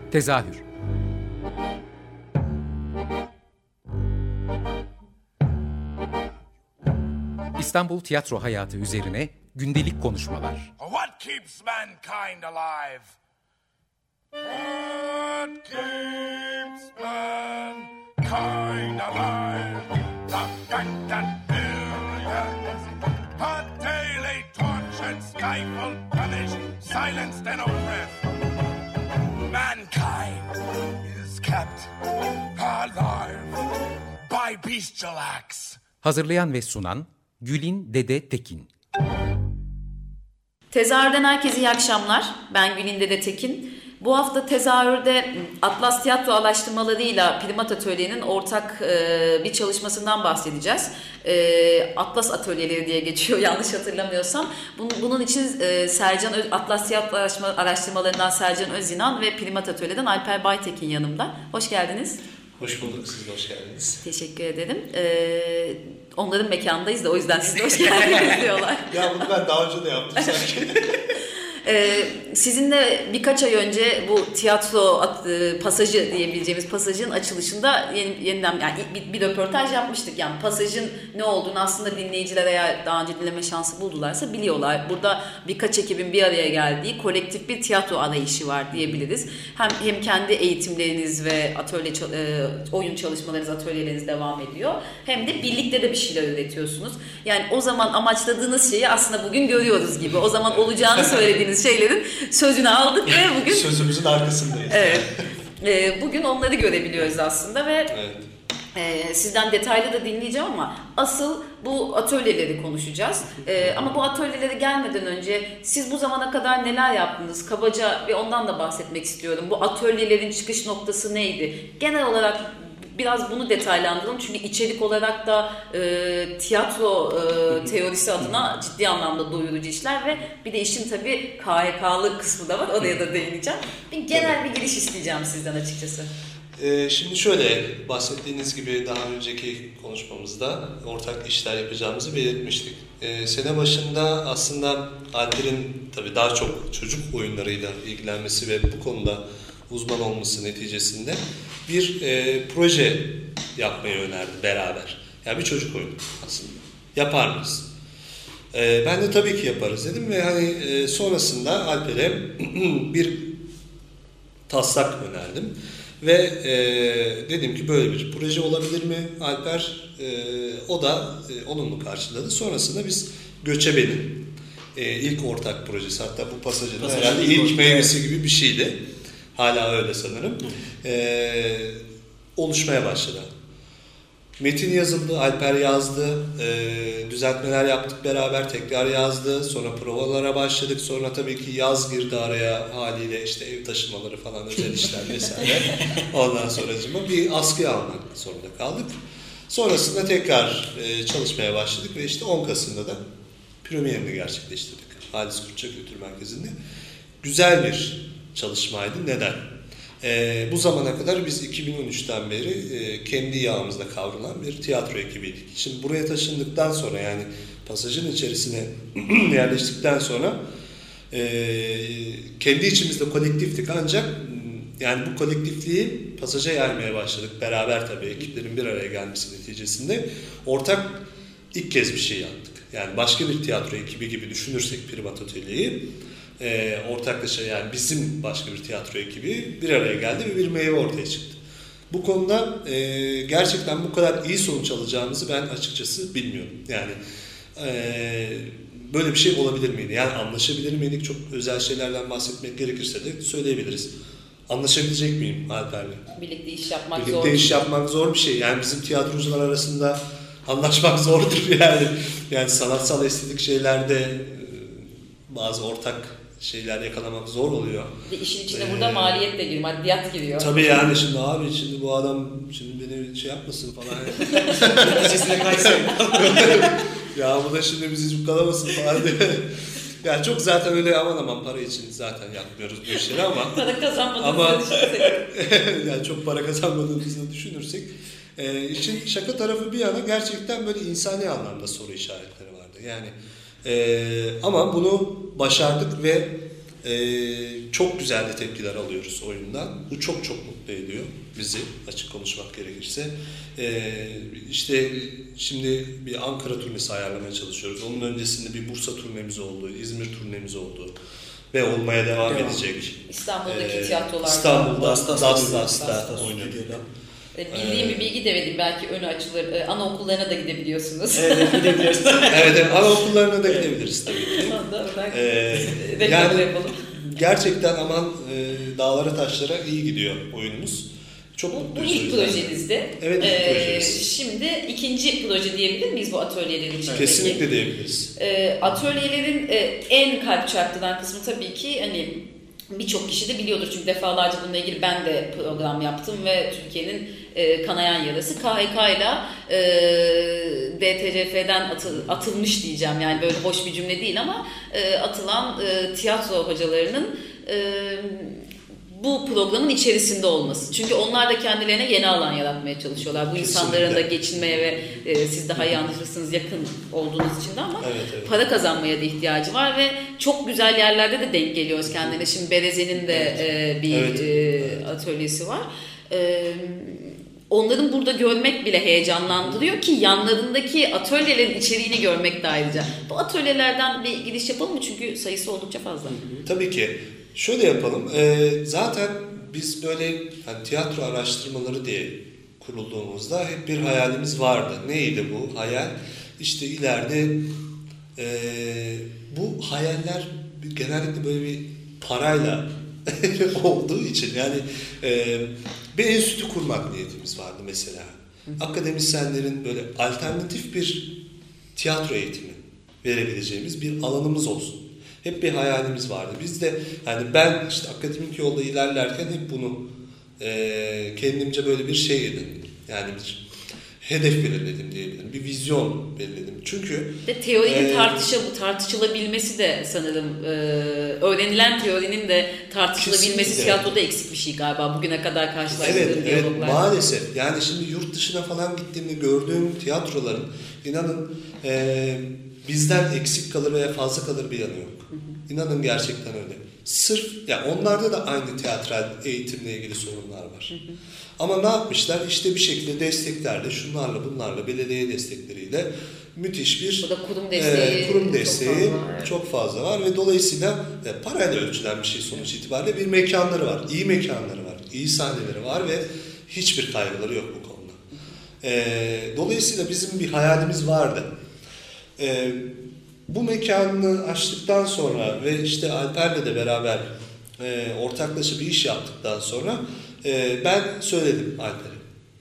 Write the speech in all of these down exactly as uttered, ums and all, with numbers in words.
Tezahür. İstanbul tiyatro hayatı üzerine gündelik konuşmalar. What keeps mankind alive? What keeps mankind alive? The fact that billions are daily tortured, stifled, punished, silenced and oppressed. Mankind is kept alive by bestial acts. Hazırlayan ve sunan Gülin Dede Tekin. Tezahürden herkese iyi akşamlar. Ben Gülin Dede Tekin. Bu hafta tezahürde Atlas Tiyatro Araştırmaları'yla Primat Atölye'nin ortak e, bir çalışmasından bahsedeceğiz. E, Atlas Atölyeleri diye geçiyor yanlış hatırlamıyorsam. Bunun, bunun için e, Sercan Öz, Atlas Tiyatro Araştırmaları'ndan Sercan Özinan ve Primat Atölye'den Alper Baytekin yanımda. Hoş geldiniz. Hoş bulduk, siz de hoş geldiniz. Teşekkür ederim. Ee, onların mekanındayız da o yüzden siz de hoş geldiniz diyorlar. Ya bunu ben daha önce de yaptım sanki. Ee, sizinle birkaç ay önce bu tiyatro at, e, pasajı diyebileceğimiz pasajın açılışında yeni, yeniden yani bir, bir röportaj yapmıştık. Yani pasajın ne olduğunu aslında dinleyiciler eğer daha önce dinleme şansı buldularsa biliyorlar. Burada birkaç ekibin bir araya geldiği kolektif bir tiyatro arayışı var diyebiliriz. Hem hem kendi eğitimleriniz ve atölye e, oyun çalışmalarınız, atölyeleriniz devam ediyor. Hem de birlikte de bir şeyler üretiyorsunuz. Yani o zaman amaçladığınız şeyi aslında bugün görüyoruz gibi. O zaman olacağını söylediğiniz şeylerin sözünü aldık ve bugün sözümüzün arkasındayız. Evet. E, bugün onları görebiliyoruz aslında ve evet. e, sizden detaylı da dinleyeceğim ama asıl bu atölyeleri konuşacağız. E, ama bu atölyelere gelmeden önce siz bu zamana kadar neler yaptınız? Kabaca ve ondan da bahsetmek istiyorum. Bu atölyelerin çıkış noktası neydi? Genel olarak biraz bunu detaylandıralım çünkü içerik olarak da e, tiyatro e, teorisi adına ciddi anlamda doyurucu işler ve bir de işin tabii K H K'lı kısmı da var, oraya da değineceğim. Bir genel bir giriş isteyeceğim sizden açıkçası. Ee, şimdi şöyle, bahsettiğiniz gibi daha önceki konuşmamızda ortak işler yapacağımızı belirtmiştik. Ee, sene başında aslında Alper'in tabii daha çok çocuk oyunlarıyla ilgilenmesi ve bu konuda uzman olması neticesinde bir e, proje yapmayı önerdi beraber. Yani bir çocuk oyunu aslında. Yapar mıyız? E, ben de tabii ki yaparız dedim ve hani e, sonrasında Alper'e bir taslak önerdim. Ve e, dedim ki böyle bir proje olabilir mi Alper? E, o da e, olumlu karşıladı. Sonrasında biz Göçebe'nin e, ilk ortak projesi, hatta bu pasajın Pasajın herhalde ilk, ilk meyvesi evet. gibi bir şeydi. Hala öyle sanırım. Ee, oluşmaya başladı. Metin yazıldı, Alper yazdı, ee, düzeltmeler yaptık beraber, tekrar yazdı. Sonra provalara başladık. Sonra tabii ki yaz girdi araya haliyle, işte ev taşımaları falan, özel işler vesaire. Ondan sonracığıma bir askıya almak zorunda kaldık. Sonrasında tekrar e, çalışmaya başladık ve işte on Kasım'da da premierini gerçekleştirdik. Halis Kürtçe Kültür Merkezi'nde. Güzel bir çalışmaydı. Neden? Ee, bu zamana kadar biz iki bin on üçten beri e, kendi yağımızda kavrulan bir tiyatro ekibiydik. Şimdi buraya taşındıktan sonra, yani pasajın içerisine yerleştikten sonra e, kendi içimizde kolektiftik, ancak yani bu kolektifliği pasaja yaymaya başladık. Beraber tabii ekiplerin bir araya gelmesi neticesinde ortak ilk kez bir şey yaptık. Yani başka bir tiyatro ekibi gibi düşünürsek Primat Atölye'yi, E, ortaklaşa, yani bizim başka bir tiyatro ekibi bir araya geldi ve bir meyve ortaya çıktı. Bu konuda e, gerçekten bu kadar iyi sonuç alacağımızı ben açıkçası bilmiyorum. Yani e, böyle bir şey olabilir miydi? Yani anlaşabilir miydik? Çok özel şeylerden bahsetmek gerekirse de söyleyebiliriz. Anlaşabilecek miyim Alper'le? Birlikte iş yapmak Birlikte zor. Birlikte iş yapmak zor bir şey. Yani bizim tiyatrocular arasında anlaşmak zordur yani. Yani sanatsal estetik şeylerde bazı ortak şeyler yakalamak zor oluyor. Bir işin içine ee, burada maliyet de giriyor, maddiyat giriyor. Tabii yani şimdi abi şimdi bu adam şimdi beni şey yapmasın falan. Neticesine kaysın. Ya bu da şimdi bizi cukkalamasın falan diye. Yani çok zaten öyle aman aman para için zaten yapmıyoruz bu işleri ama. Para kazanmadığımızı ama, düşünürsek. Yani çok para kazanmadığımızı düşünürsek. E, işin şaka tarafı bir yana gerçekten böyle insani anlamda soru işaretleri vardı. Yani e, ama bunu başardık ve Ee, çok güzel de tepkiler alıyoruz oyundan. Bu çok çok mutlu ediyor bizi, açık konuşmak gerekirse. Ee, işte şimdi bir Ankara turnesi ayarlamaya çalışıyoruz. Onun öncesinde bir Bursa turnemiz oldu, İzmir turnemiz oldu ve olmaya devam, devam. edecek. İstanbul'daki ee, tiyatrolarda. İstanbul'da Dastas'ta oynuyordu. Bildiğim bir bilgi de vereyim, belki önü açılır. Ee, anaokullarına da gidebiliyorsunuz. Evet, gidebiliyoruz. evet, evet, anaokullarına da gidebiliriz tabii ki. ee, yani gerçekten aman e, dağlara taşlara iyi gidiyor oyunumuz. Çok bu, bu ilk projenizdi. Evet, ilk ee, projemiz. Şimdi ikinci proje diyebilir miyiz bu atölyelerin için? Kesinlikle peki diyebiliriz. Ee, atölyelerin e, en kalp çarptıran kısmı tabii ki hani birçok kişi de biliyordur çünkü defalarca bununla ilgili ben de program yaptım ve Türkiye'nin e, kanayan yarası K H K ile e, D T C F'den atı, atılmış diyeceğim, yani böyle hoş bir cümle değil ama e, atılan e, tiyatro hocalarının e, bu programın içerisinde olması. Çünkü onlar da kendilerine yeni alan yaratmaya çalışıyorlar. Bu kesinlikle insanların da geçinmeye ve e, siz daha iyi anlaşırsınız yakın olduğunuz için de ama evet, evet. para kazanmaya da ihtiyacı var ve çok güzel yerlerde de denk geliyoruz kendine. Şimdi Bereze'nin de evet. e, bir evet. E, atölyesi var. E, onların burada görmek bile heyecanlandırıyor ki yanlarındaki atölyelerin içeriğini görmek de ayrıca. Bu atölyelerden bir giriş yapalım mı? Çünkü sayısı oldukça fazla. Tabii ki. Şöyle yapalım, ee, zaten biz böyle hani tiyatro araştırmaları diye kurulduğumuzda hep bir hayalimiz vardı. Neydi bu hayal? İşte ileride e, bu hayaller genellikle böyle bir parayla olduğu için yani e, bir enstitü kurmak niyetimiz vardı mesela. Akademisyenlerin böyle alternatif bir tiyatro eğitimi verebileceğimiz bir alanımız olsun. Hep bir hayalimiz vardı. Biz de yani ben işte akademik yolda ilerlerken hep bunu e, kendimce böyle bir şey edindim. Yani bir hedef belirledim diyebilirim. Bir vizyon belirledim. Çünkü de teorinin e, tartışa, sanılabilmesi de sanırım e, öğrenilen teorinin de tartışılabilmesi tiyatroda eksik bir şey galiba. Bugüne kadar karşılaştığım evet, diyaloglar. Evet, maalesef. Yani şimdi yurt dışına falan gittiğimde gördüğüm tiyatroların inanın e, bizden eksik kalır veya fazla kalır bir yanı yok. Hı hı. İnanın gerçekten öyle. Sırf ya yani onlarda da aynı tiyatral eğitimle ilgili sorunlar var. Hı hı. Ama ne yapmışlar? İşte bir şekilde desteklerle, şunlarla, bunlarla, belediye destekleriyle müthiş bir bu da kurum desteği, e, kurum desteği çok fazla var, çok fazla var ve dolayısıyla e, parayla ölçülen bir şey sonuç itibariyle bir mekanları var, iyi mekanları var, iyi sahneleri var ve hiçbir kaygıları yok bu konuda. E, dolayısıyla bizim bir hayalimiz vardı. Ee, bu mekanını açtıktan sonra ve işte Alper'le de beraber e, ortaklaşa bir iş yaptıktan sonra e, ben söyledim Alper'e.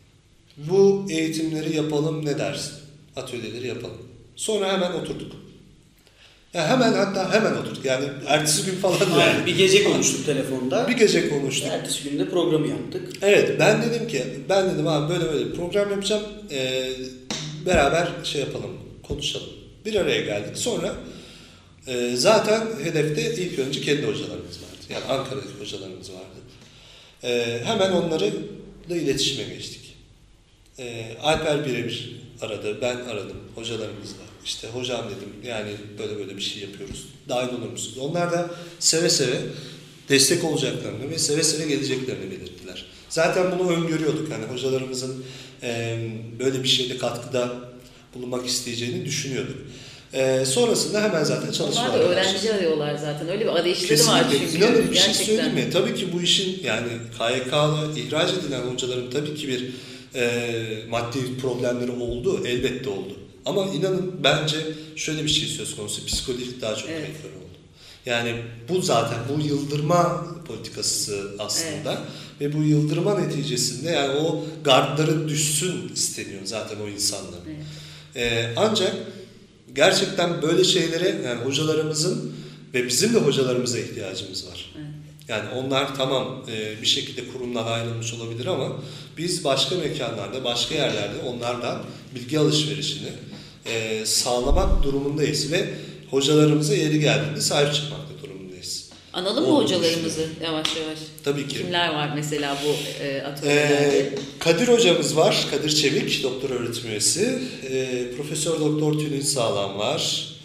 Bu eğitimleri yapalım, ne dersin? Atölyeleri yapalım. Sonra hemen oturduk. Ya hemen hatta hemen oturduk. Yani ertesi gün falan yani. Bir gece konuştuk telefonda. Bir gece konuştuk. Ertesi gün de programı yaptık. Evet, ben dedim ki ben dedim abi böyle böyle bir program yapacağım. E, beraber şey yapalım, konuşalım. Bir araya geldik. Sonra e, zaten hedefte ilk önce kendi hocalarımız vardı. Yani Ankara'daki hocalarımız vardı. E, hemen onları da iletişime geçtik. E, Alper birebir aradı. Ben aradım. Hocalarımız var. İşte hocam dedim yani böyle böyle bir şey yapıyoruz. Dahil olur musunuz? Onlar da seve seve destek olacaklarını ve seve seve geleceklerini belirttiler. Zaten bunu öngörüyorduk. Yani hocalarımızın e, böyle bir şeyde katkıda bulunmak isteyeceğini düşünüyorduk. Ee, sonrasında hemen zaten çalışmalar başladı. Onlar da öğrenci arıyorlar zaten. Öyle bir arayışları kesinlikle var çünkü. İnanın bir şey söyleyeyim mi? Tabii ki bu işin yani K Y K'la ihraç edilen hocaların tabii ki bir e, maddi problemleri oldu. Elbette oldu. Ama inanın bence şöyle bir şey söz konusu. Psikolojik daha çok evet. Faktör oldu. Yani bu zaten bu yıldırma politikası aslında evet. Ve bu yıldırma neticesinde yani o gardların düşsün isteniyor zaten o insanların. Evet. Ee, ancak gerçekten böyle şeylere yani hocalarımızın ve bizim de hocalarımıza ihtiyacımız var. Evet. Yani onlar tamam e, bir şekilde kurumdan ayrılmış olabilir ama biz başka mekanlarda, başka yerlerde onlardan bilgi alışverişini e, sağlamak durumundayız ve hocalarımıza yeri geldiğinde sahip çıkmakta durumundayız. Analım mı hocalarımızı yavaş yavaş? Tabii ki. Kimler var mesela bu e, atölyelerde? Ee, Kadir hocamız var. Kadir Çevik, doktor öğretim üyesi. Ee, Profesör Doktor Tülin Sağlam var.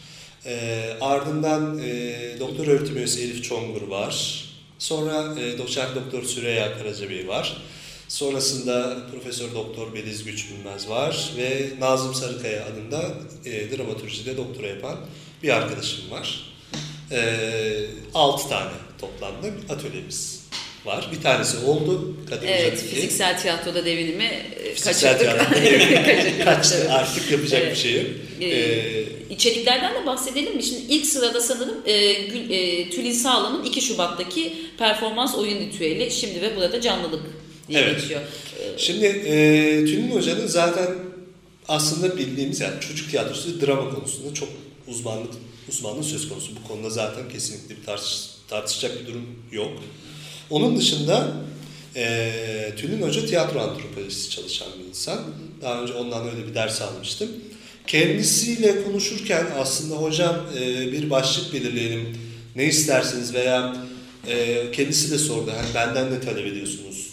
E, ardından e, doktor öğretim üyesi Elif Çongur var. Sonra e, doçent doktor Süreyya Karacabey var. Sonrasında Profesör Doktor Beliz Güçbilmez var ve Nazım Sarıkaya adında e, dramatürjide doktora yapan bir arkadaşım var. E, altı tane toplamda atölyemiz var. Bir tanesi oldu. Kadir Evet, Hocam fiziksel tiyatroda devinimi e, Fiziksel kaçırdık. tiyatroda devinimi Kaçırdık. kaçtı. Artık yapacak Evet. bir şey yok. Ee, Ee, içeriklerden de bahsedelim mi? Şimdi ilk sırada sanırım e, Gül, e, Tülin Sağlam'ın iki Şubat'taki performans oyun ritüeli Şimdi ve Burada Canlılık diye Evet. geçiyor. Ee, Şimdi e, Tülin Hoca'nın zaten aslında bildiğimiz yani çocuk tiyatrosu drama konusunda çok uzmanlık uzmanlığı söz konusu. Bu konuda zaten kesinlikle bir tartış, tartışacak bir durum yok. Onun dışında e, Tülin Hoca tiyatro antropolojisi çalışan bir insan. Daha önce ondan öyle bir ders almıştım. Kendisiyle konuşurken aslında hocam e, bir başlık belirleyelim, ne istersiniz veya e, kendisi de sordu. Hani benden ne talep ediyorsunuz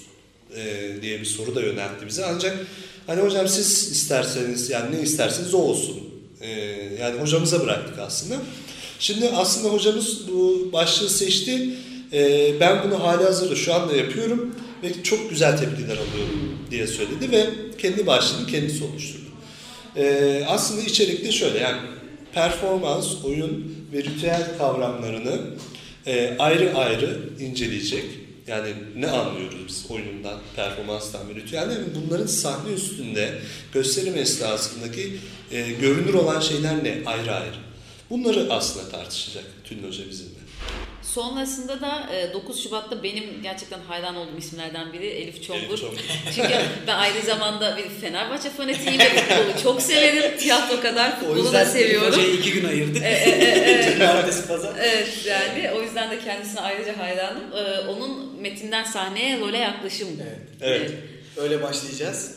e, diye bir soru da yöneltti bize. Ancak hani hocam siz isterseniz yani ne isterseniz o olsun. E, yani hocamıza bıraktık aslında. Şimdi aslında hocamız bu başlığı seçti. E, ben bunu halihazırda şu anda yapıyorum ve çok güzel tepkiler alıyorum diye söyledi ve kendi başlığını kendisi oluşturdu. Ee, aslında içerikte şöyle yani performans, oyun ve ritüel kavramlarını e, ayrı ayrı inceleyecek. Yani ne anlıyoruz biz oyundan, performanstan ve ritüelden ve bunların sahne üstünde gösterim esnasındaki e, görünür olan şeyler ne ayrı ayrı. Bunları aslında tartışacak Tülin Hoca bizimle. Sonrasında da dokuz Şubat'ta benim gerçekten hayran olduğum isimlerden biri Elif Çongur. Elif Çongur. Çünkü ben aynı zamanda bir Fenerbahçe fanatiyim ve futbolu çok severim. Tiyatro kadar futbolu da seviyorum. Hocayı iki gün ayırdık. E, e, e, e. Cumartesi, pazar. Evet yani o yüzden de kendisine ayrıca hayranım. Ee, onun metinden sahneye role yaklaşım. Evet. Evet. Öyle başlayacağız.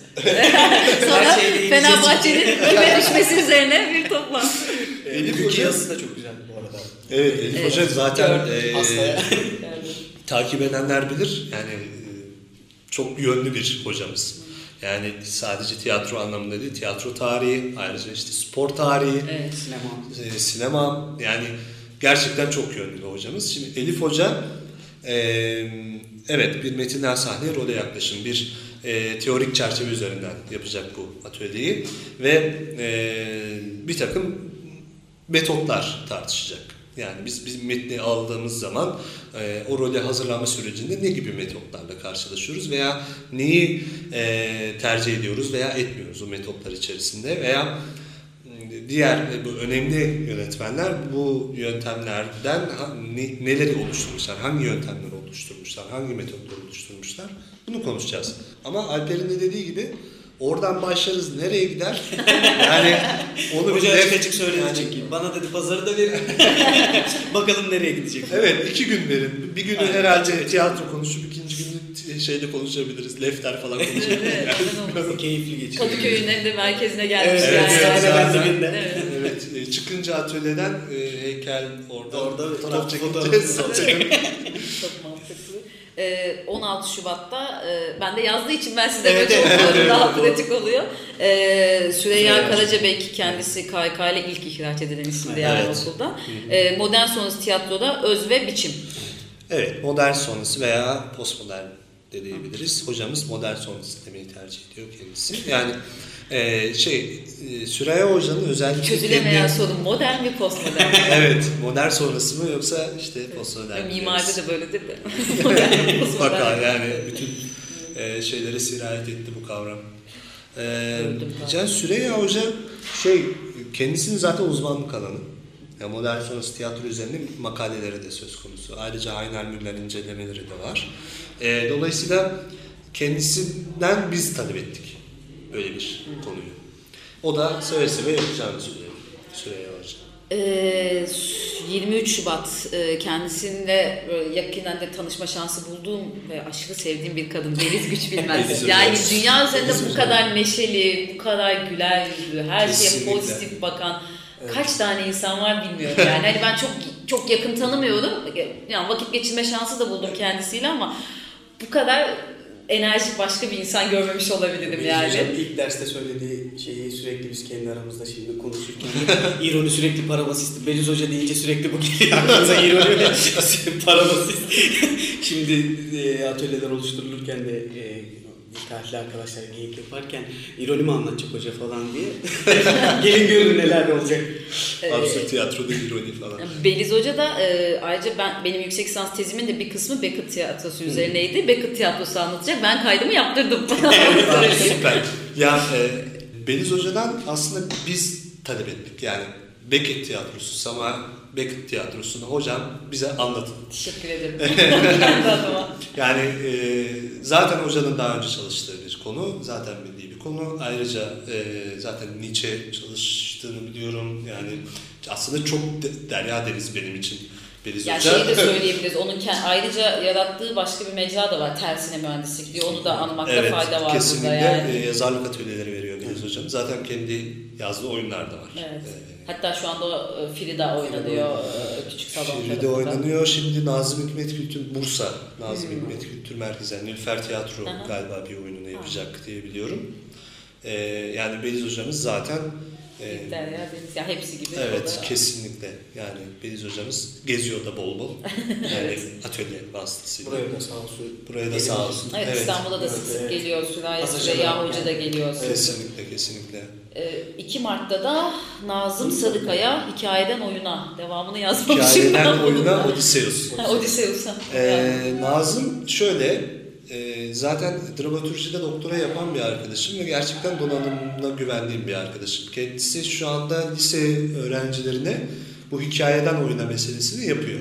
Sonra Her şeyde Fenerbahçe'nin öne düşmesi üzerine bir toplantı. Elif Bugünkü Hoca, yazısı da çok güzeldi bu arada. evet Elif Evet, Hoca zaten gördüm. e, Hastaya. takip edenler bilir. Yani e, çok yönlü bir hocamız. Yani sadece tiyatro anlamında değil, tiyatro tarihi, ayrıca işte spor tarihi, Evet. Sinema. e, sinema, yani gerçekten çok yönlü bir hocamız. Şimdi Elif Hoca, e, evet bir metinden sahneye role yaklaşım, bir e, teorik çerçeve üzerinden yapacak bu atölyeyi ve e, bir takım metotlar tartışacak. Yani biz biz metni aldığımız zaman e, o role hazırlanma sürecinde ne gibi metotlarla karşılaşıyoruz veya neyi e, tercih ediyoruz veya etmiyoruz o metotlar içerisinde veya diğer e, bu önemli yönetmenler bu yöntemlerden ha, ne, neleri oluşturmuşlar, hangi yöntemleri oluşturmuşlar, hangi metotları oluşturmuşlar bunu konuşacağız. Ama Alper'in de dediği gibi oradan başlarız nereye gider? Yani onu Hoca bir açık de- açık söyledi yani- çünkü. Bana dedi pazarı da verin. Bakalım nereye gidecek. Evet, iki gün verin. Bir günü herhalde tiyatro konuşup ikinci günü şeyde konuşabiliriz. Lefter falan konuşabiliriz. Evet, neden olmasın? Keyifli geçiyor. Kadıköy'ün hem de merkezine gelmiş Evet, yani. evet, gerçekten. zaten. Evet. Evet, e, çıkınca atölyeden e, heykel orada, Orada fotoğraf fotoğraf- çekince fotoğraf- Çok mantıklı. Ee, on altı Şubat'ta e, ben de yazdığı için ben size Evet, böyle evet, okuyorum, evet, daha doğru. pratik oluyor. Ee, Süreyya Süreyya. Karacabek kendisi K Y K ile ilk ihraç edilen isimdi yani Evet. okulda. Ee, modern sonrası tiyatroda öz ve biçim. Evet, modern sonrası veya postmodern de diyebiliriz. Hocamız modern sonrası demeyi tercih ediyor kendisi. Yani e, şey, e, Süreyya Hoca'nın özellikle Çözülemeyen kendi- soru modern mi postmodern mi? Evet, modern sonrası mı yoksa işte postmodern mi? Mimaride diyoruz. de böyledir de. Modern mi postmodern Mutlaka mi? yani bütün e, şeylere sirayet etti bu kavram. E, Gördüm. Can Süreyya Hoca şey kendisinin zaten uzmanlık alanı. Yani modern sonrası tiyatro üzerine makaleleri de söz konusu. Ayrıca Heiner Müller incelemeleri de var. E, dolayısıyla kendisinden biz talep ettik böyle bir konuyu. O da seve seve yapacağını söylüyor Süreyya Hoca. Ee, yirmi üç Şubat e, kendisiyle böyle yakinen de tanışma şansı bulduğum ve aşırı sevdiğim bir kadın Beliz Güçbilmez. Beliz Yani Güçbilmez. dünya üzerinde Beliz bu Güçbilmez. kadar neşeli, bu kadar güler yüzlü, her şeye Kesinlikle. pozitif bakan kaç tane insan var bilmiyorum. Yani hani ben çok çok yakın tanımıyorum. Yani vakit geçirme şansı da buldum kendisiyle ama bu kadar enerjik başka bir insan görmemiş olabilirim Beliz yani. Hocam ilk derste söylediği şeyi sürekli biz kendi aramızda şimdi konuşurken ironi sürekli para basist. Beliz Hoca deyince sürekli bu geliyor aklınıza ironi ve para basist. Şimdi e, atölyeler oluşturulurken de e, dikkatli arkadaşlar geyik yaparken ironi mi anlatacak hoca falan diye gelin görün neler olacak. Absürt tiyatroda ironi falan. Beliz Hoca da e, ayrıca ben benim yüksek lisans tezimin de bir kısmı Beckett tiyatrosu üzerineydi. Beckett tiyatrosu anlatacak. Ben kaydımı yaptırdım. Aa, süper. Ya e, Beliz Hoca'dan aslında biz talep ettik. Yani Beckett tiyatrosu ama Beckett tiyatrosunu hocam bize anlatın. Teşekkür ederim. Yani e, zaten hocanın daha önce çalıştığı bir konu, zaten bildiği bir konu. Ayrıca e, zaten Nietzsche çalıştığını biliyorum. Yani aslında çok de, derya deniz benim için Beliz Ya Hoca. şeyi de söyleyebiliriz. Onun ayrıca yarattığı başka bir mecra da var. Tersine mühendislik diyor. Onu da anlamakta Evet, fayda var kesinlikle burada yani. e, yazarlık atölyeleri veriyor Beliz Hocam. Zaten kendi yazdığı oyunlar da var. Evet. E, Hatta şu anda o, Frida oynanıyor küçük salon Frida tarafında. oynanıyor. Şimdi Nazım Hikmet Kültür Bursa Nazım hmm. Hikmet Kültür Merkezi'nden Nilüfer Tiyatro Aha. galiba bir oyununu yapacak Aha. diye biliyorum. Ee, yani Beliz Hocamız zaten e, Derya Deniz ya hepsi gibi. evet kesinlikle. Yani Beliz Hocamız geziyor da bol bol. Yani evet. atölye vasıtasıyla. Buraya da sağ olsun. Buraya da sağ olsun. Evet, evet. İstanbul'da da sık sık evet. geliyor. Süreyya, Süreyya Hoca da geliyor. Evet. Kesinlikle kesinlikle. iki Mart'ta da Nazım Sarıkaya Hikayeden Oyuna devamını yazmamışım. Hikayeden Oyuna Odysseus. Odysseus. Ee, Nazım şöyle e, zaten dramatürjide doktora yapan bir arkadaşım ve gerçekten donanımına güvendiğim bir arkadaşım. Kendisi şu anda lise öğrencilerine bu hikayeden oyuna meselesini yapıyor.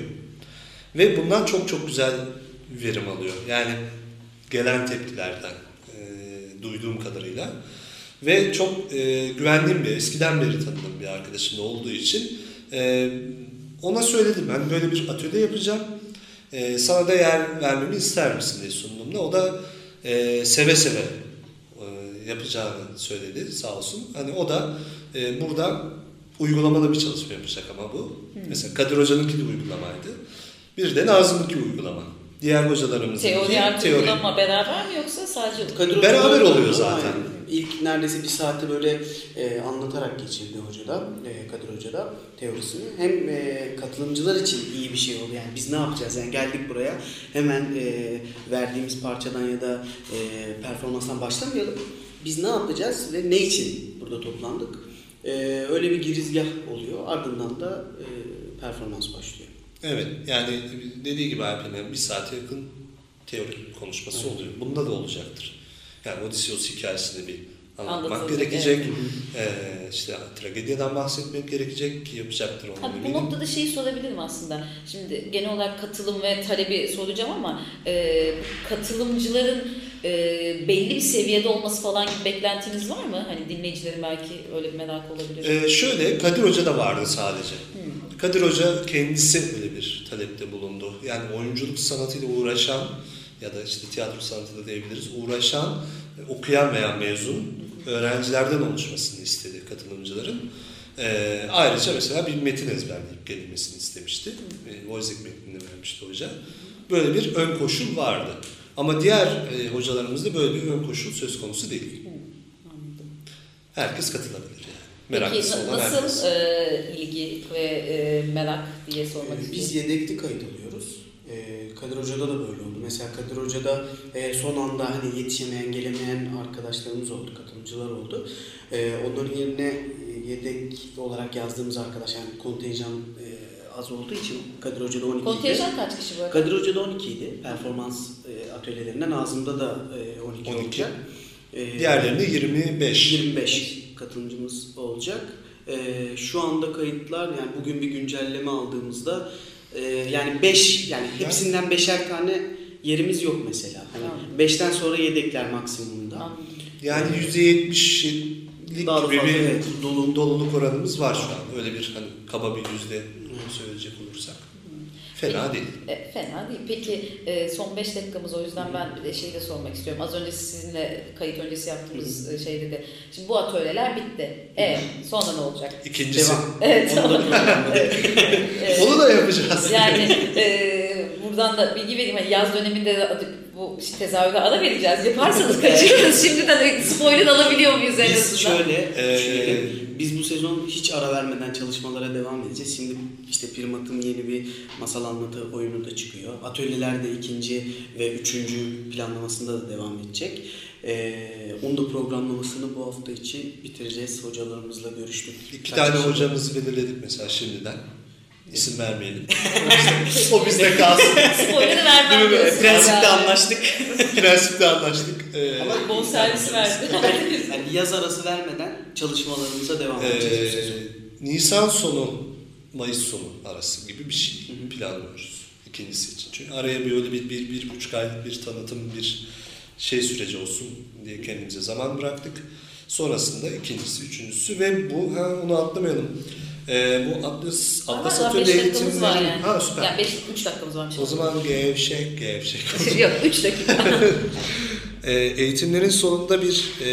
Ve bundan çok çok güzel verim alıyor. Yani gelen tepkilerden e, duyduğum kadarıyla. Ve çok e, güvendiğim bir, eskiden beri tanıdığım bir arkadaşım da olduğu için e, ona söyledim. Ben böyle bir atölye yapacağım. E, sana da yer vermemi ister misin diye sunduğumda. O da e, seve seve e, yapacağını söyledi sağ olsun. Hani o da e, burada uygulamalı bir çalışma yapacak ama bu. Hmm. Mesela Kadir Hoca'nınki de uygulamaydı. Bir de Nazım'ınki uygulama. Diğer hocalarımızın teori artı uygulama beraber mi yoksa sadece? Kadir beraber oluyor zaten. Aynen. İlk neredeyse bir saati böyle e, anlatarak geçirdi hoca da, e, Kadir Hoca da teorisini. Hem e, katılımcılar için iyi bir şey oldu. Yani biz ne yapacağız? Yani geldik buraya hemen e, verdiğimiz parçadan ya da e, performanstan başlamayalım. Biz ne yapacağız ve ne için burada toplandık? E, öyle bir girizgah oluyor. Ardından da e, performans başlıyor. Evet, yani dediği gibi Alper'in bir saate yakın teorik konuşması evet. oluyor. Bunda da olacaktır. Yani Odysseus hikayesini bir anlatmak Anlatılacak, gerekecek. Evet. Ee, işte tragediden bahsetmek gerekecek ki yapacaktır onu. Ha, bu noktada şeyi sorabilirim aslında. Şimdi genel olarak katılım ve talebi soracağım ama e, katılımcıların e, belli bir seviyede olması falan gibi beklentiniz var mı? Hani dinleyicilerin belki öyle bir merak olabilir. Ee, şöyle Kadir Hoca da vardı sadece. Hmm. Kadir Hoca kendisi öyle bir talepte bulundu. Yani oyunculuk sanatıyla uğraşan ya da işte tiyatro sanatı da diyebiliriz. Uğraşan, okuyan veya mezun öğrencilerden oluşmasını istedi katılımcıların. Ee, ayrıca mesela bir metin ezberleyip gelinmesini istemişti. E, Voice metnini vermişti hoca. Böyle bir ön koşul vardı. Ama diğer e, hocalarımızda böyle bir ön koşul söz konusu değil. Herkes katılabilir yani. Meraklısı Peki olan nasıl herkes. E, ilgi ve e, merak diye sormak istiyorum. Biz yedekli kayıt alıyoruz. Ee, Kadir Hoca'da da böyle oldu. Mesela Kadir Hoca'da e, son anda hani yetişemeyen, gelemeyen arkadaşlarımız oldu, katılımcılar oldu. E, onların yerine yedek olarak yazdığımız arkadaş, yani kontenjan e, az olduğu için Kadir Hoca'da on iki idi. Kontenjan kaç kişi bu arada? Kadir Hoca'da on iki idi. Performans e, atölyelerinde. Nazım'da da e, on iki, on iki olacak. E, Diğerlerinde yirmi beş. yirmi beş katılımcımız olacak. E, şu anda kayıtlar, yani bugün bir güncelleme aldığımızda yani beş, yani hepsinden beşer tane yerimiz yok mesela. Hani beşten sonra yedekler maksimumda. Yani yüzde yetmişlik gibi bir evet. dolu, doluluk oranımız var şu an. Öyle bir hani kaba bir yüzde söyleyecek olursak. Fena Peki, değil. E, fena değil. Peki e, son beş dakikamız, o yüzden ben bir de şeyi de sormak istiyorum. Az önce sizinle kayıt öncesi yaptığımız Hı-hı. şeyde de. Şimdi bu atölyeler bitti. E sonra ne olacak? İkincisi. Evet. Onu da, evet. Onu da yapacağız. Yani e, buradan da bilgi vereyim. Yani yaz döneminde de bu tezahürde ara vereceğiz. Yaparsanız kaçırırız. Şimdiden spoiler alabiliyor muyuz en Biz azından? şöyle Ee, düşünelim. Biz bu sezon hiç ara vermeden çalışmalara devam edeceğiz. Şimdi işte Primat'ın yeni bir masal anlatı oyunu da çıkıyor. Atölyelerde ikinci ve üçüncü planlamasında da devam edecek. Ee, onun da programlamasını bu hafta içi bitireceğiz. Hocalarımızla görüştük. İki tane hocamızı belirledik mesela şimdiden. İsim vermeyelim. O bizde kalsın. Spoiler'ı vermem diyorsun. Prensipte anlaştık. Prensipte anlaştık. Ee, Ama bon servis verdi. Yani yaz arası vermeden çalışmalarımıza devam edeceğiz bu Ee, sezon. Nisan sonu, Mayıs sonu arası gibi bir şey planlıyoruz ikincisi için. Çünkü araya böyle bir, bir, bir buçuk aylık bir tanıtım, bir şey süreci olsun diye kendimize zaman bıraktık. Sonrasında ikincisi, üçüncüsü ve bu, ha onu atlamayalım. Ee, bu Atlas, Atlas Atölye eğitimleri... var yani. Ha süper. Yani beş, üç dakikamız varmış. O zaman gevşek, gevşek. Yok, üç dakika. e, eğitimlerin sonunda bir e,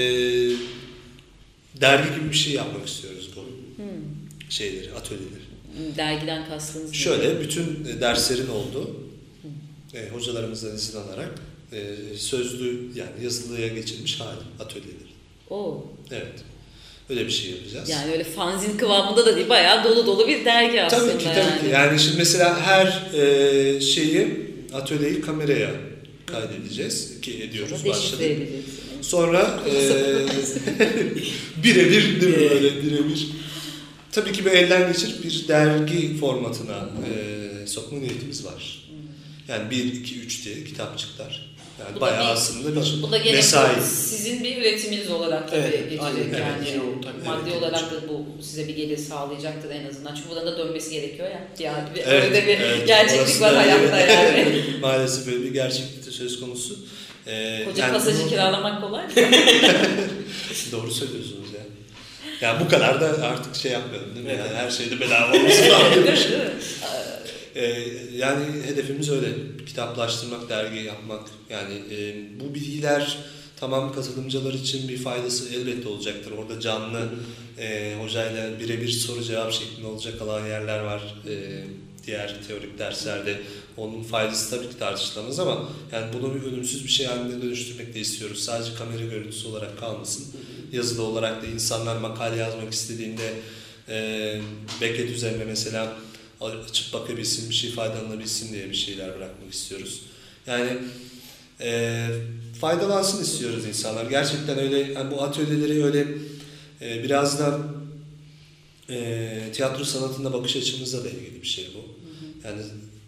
dergi gibi bir şey yapmak istiyoruz bu hmm. şeyleri, atölyeleri. Dergiden kastınız Şöyle, mi? Bütün derslerin olduğu, e, hocalarımızdan izin alarak e, sözlü yani yazılıya geçirmiş hali atölyeleri. Oo. Evet. Öyle bir şey yapacağız. Yani öyle fanzin kıvamında da değil, bayağı dolu dolu bir dergi aslında. Tabii ki, tabii yani. ki. Yani şimdi mesela her e, şeyi, atölyeyi kameraya kaydedeceğiz ki ediyoruz, başladık. Sonra e, birebir değil mi böyle birebir. Tabii ki bir elden geçirip bir dergi formatına e, sokma niyetimiz var. Yani bir, iki, üç diye kitapçıklar. Yani bu bayağı bir, aslında bir bu da gene mesai. Sizin bir üretiminiz olarak tabii Evet, geçecek aynen, yani. evet, o, tabii, maddi evet, olarak da bu size bir gelir sağlayacaktır en azından. Çünkü buradan da dönmesi gerekiyor ya. Yani bir, Evet, öyle bir evet, gerçeklik var da, hayatta yani. Maalesef böyle bir gerçeklik de söz konusu. Ee, Koca yani pasajı bunu... kiralamak kolay mı? Doğru söylüyorsunuz ya. Yani bu kadar da artık şey yapmayalım değil mi? Yani her şeyde bedava olması lazım. Ee, yani hedefimiz öyle. Kitaplaştırmak, dergi yapmak. Yani e, bu bilgiler tamam katılımcılar için bir faydası elbette olacaktır. Orada canlı e, hocayla birebir soru cevap şeklinde olacak olan yerler var. E, diğer teorik derslerde onun faydası tabii ki tartışılamaz ama yani bunu bir ölümsüz bir şey haline dönüştürmek de istiyoruz. Sadece kamera görüntüsü olarak kalmasın. Yazılı olarak da insanlar makale yazmak istediğinde e, Beckett üzerine mesela açıp bakabilsin, bir şey faydalanabilsin diye bir şeyler bırakmak istiyoruz. Yani e, faydalansın istiyoruz insanlar. Gerçekten öyle yani bu atölyeleri öyle e, biraz da e, tiyatro sanatında bakış açımızla da ilgili bir şey bu. Yani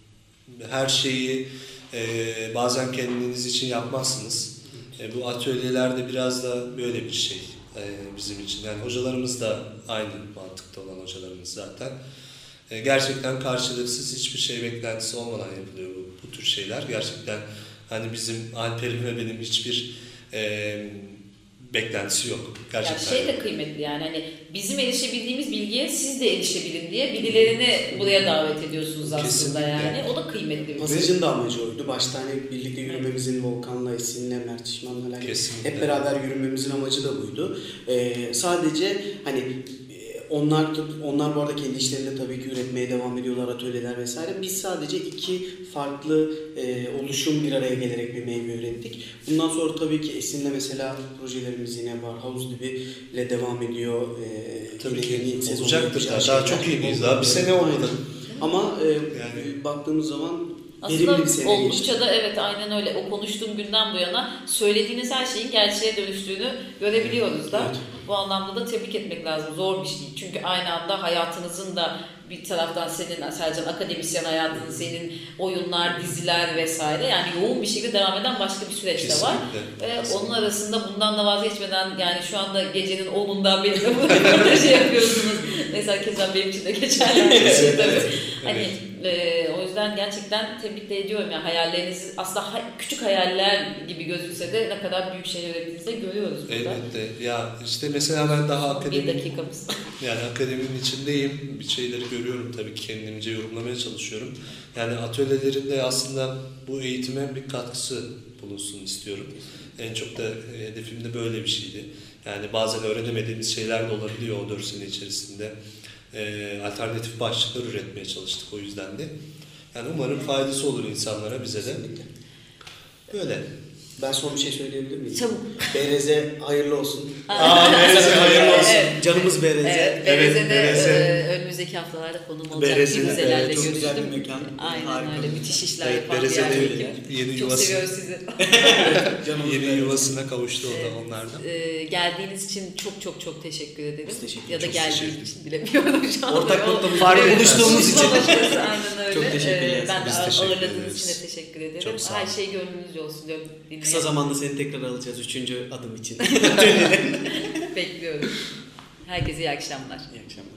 her şeyi e, bazen kendiniz için yapmazsınız. E, bu atölyelerde biraz da böyle bir şey e, bizim için. Yani hocalarımız da aynı mantıkta olan hocalarımız zaten. E, gerçekten karşılıksız hiçbir şey beklentisi olmadan yapılıyor bu, bu tür şeyler. Gerçekten hani bizim Alper'in ve benim hiçbir e, beklentisi yok. Gerçekten. Yani şey de kıymetli yani hani bizim erişebildiğimiz bilgiye siz de erişebilin diye birilerini buraya davet ediyorsunuz aslında. Kesinlikle. Yani. O da kıymetli bir Pasajın da amacı oydu. Başta hani birlikte yürümemizin Volkan'la, Esin'le, Mert Şişman'la hep beraber yürümemizin amacı da buydu. Ee, sadece hani onlar onlar bu arada kendi işlerinde tabii ki üretmeye devam ediyorlar, atölyeler vesaire. Biz sadece iki farklı e, oluşum bir araya gelerek bir meyve ürettik. Bundan sonra tabii ki Esin'le mesela projelerimiz yine var. Havuz Dibi ile devam ediyor. E, tabii ki yeni olacaktır. Daha, daha çok iyi miyiz? Daha bir sene olmadı. Ama e, yani baktığımız zaman aslında oldukça da evet aynen öyle. O konuştuğum günden bu yana söylediğiniz her şeyin gerçeğe dönüştüğünü görebiliyoruz da. Evet. Bu anlamda da tebrik etmek lazım. Zor bir şey. Çünkü aynı anda hayatınızın da bir taraftan senin Sercan akademisyen hayatın, senin oyunlar, diziler vesaire yani yoğun bir şekilde devam eden başka bir süreç de var. Ve Kesinlikle. Onun arasında bundan da vazgeçmeden yani şu anda gecenin onundan benimle bu röportajı yapıyorsunuz. Mesela keza benim için de geçerli. Tabii. Hani e, o yüzden gerçekten tebrik de ediyorum. Yani hayalleriniz aslında ha, küçük hayaller gibi gözükse de ne kadar büyük şeyler ürettiğinizi de görüyoruz burada. Elbette. Ya işte mesela ben daha akademi, bir dakikamız. Yani akademinin içindeyim. Bir şeyleri görüyorum tabii ki kendimce yorumlamaya çalışıyorum. Yani atölyelerinde aslında bu eğitime bir katkısı bulunsun istiyorum. En çok da hedefim de böyle bir şeydi. Yani bazen öğrenemediğimiz şeyler de olabiliyor o dört sene içerisinde. E, alternatif başlıklar üretmeye çalıştık o yüzden de. Yani umarım faydası olur insanlara, bize de. Böyle. Ben son bir şey söyleyebilir miyim? Çabuk. B R Z hayırlı olsun. Aa, B R Z hayırlı olsun. Evet. Canımız B R Z. Evet, Evet, B R Z'de B R Z. e, önümüzdeki haftalarda konum olacak. B R Z'de, Güzelerle evet, çok güzel görüştüm. bir mekan. Aynen Harika. öyle. Müthiş işler Evet, yapan B R bir Z'de yer. öyle. Yeni Çok yuvası. seviyoruz sizi. Canımız Yeni B R Z. yuvasına kavuştu o da onlardan. E, geldiğiniz için çok çok çok teşekkür ederim. Biz teşekkür ya da ederiz. geldiğiniz Çok için bilemiyorum şu anda. Ortak O- noktamız var, Evet, buluştuğumuz için. buluştuğumuz Aynen öyle. Çok teşekkürler. E, ben de Biz teşekkür ağırladığınız ederiz. için de teşekkür ederim. Çok sağ Her olun. şey gönlünüzce olsun diyorum. Dinleyen. Kısa zamanda seni tekrar alacağız üçüncü adım için. Bekliyorum. Herkese iyi akşamlar. İyi akşamlar.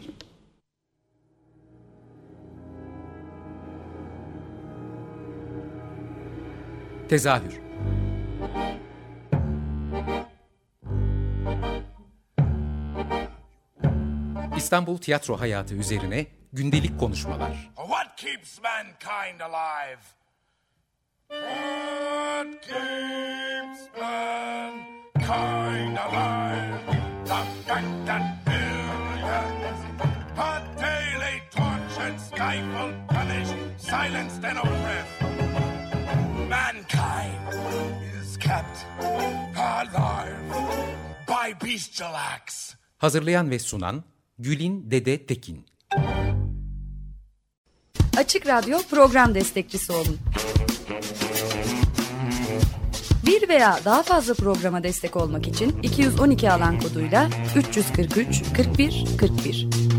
Tezahür. İstanbul tiyatro hayatı üzerine gündelik konuşmalar. What keeps mankind alive? What keeps mankind alive? The fact that billions are daily tortured, stifled, punished, silenced, and oppressed. Mankind is kept alive by bestial acts. Hazırlayan ve sunan Gülin Dede Tekin. Açık Radyo program destekçisi olun. Bir veya daha fazla programa destek olmak için iki yüz on iki alan koduyla üç yüz kırk üç kırk bir kırk bir.